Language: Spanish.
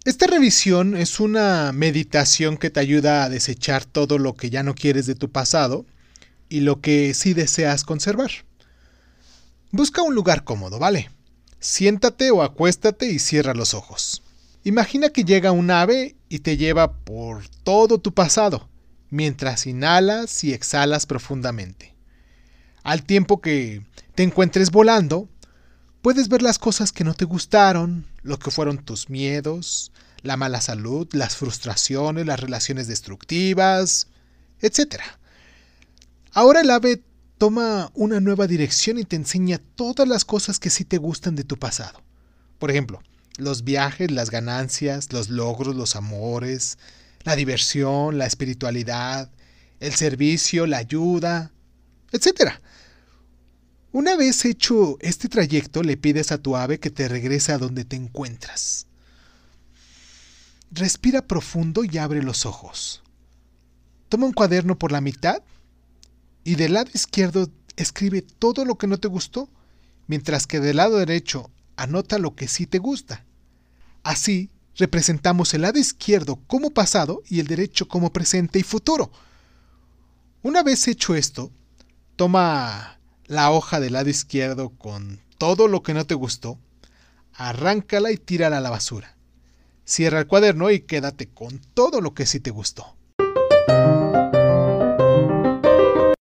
Esta revisión es una meditación que te ayuda a desechar todo lo que ya no quieres de tu pasado y lo que sí deseas conservar. Busca un lugar cómodo, ¿vale? Siéntate o acuéstate y cierra los ojos. Imagina que llega un ave y te lleva por todo tu pasado, mientras inhalas y exhalas profundamente. Al tiempo que te encuentres volando, puedes ver las cosas que no te gustaron, lo que fueron tus miedos, la mala salud, las frustraciones, las relaciones destructivas, etc. Ahora el ave toma una nueva dirección y te enseña todas las cosas que sí te gustan de tu pasado. Por ejemplo, los viajes, las ganancias, los logros, los amores, la diversión, la espiritualidad, el servicio, la ayuda, etc. Una vez hecho este trayecto, le pides a tu ave que te regrese a donde te encuentras. Respira profundo y abre los ojos. Toma un cuaderno por la mitad y del lado izquierdo escribe todo lo que no te gustó, mientras que del lado derecho anota lo que sí te gusta. Así, representamos el lado izquierdo como pasado y el derecho como presente y futuro. Una vez hecho esto, toma la hoja del lado izquierdo con todo lo que no te gustó, arráncala y tírala a la basura. Cierra el cuaderno y quédate con todo lo que sí te gustó.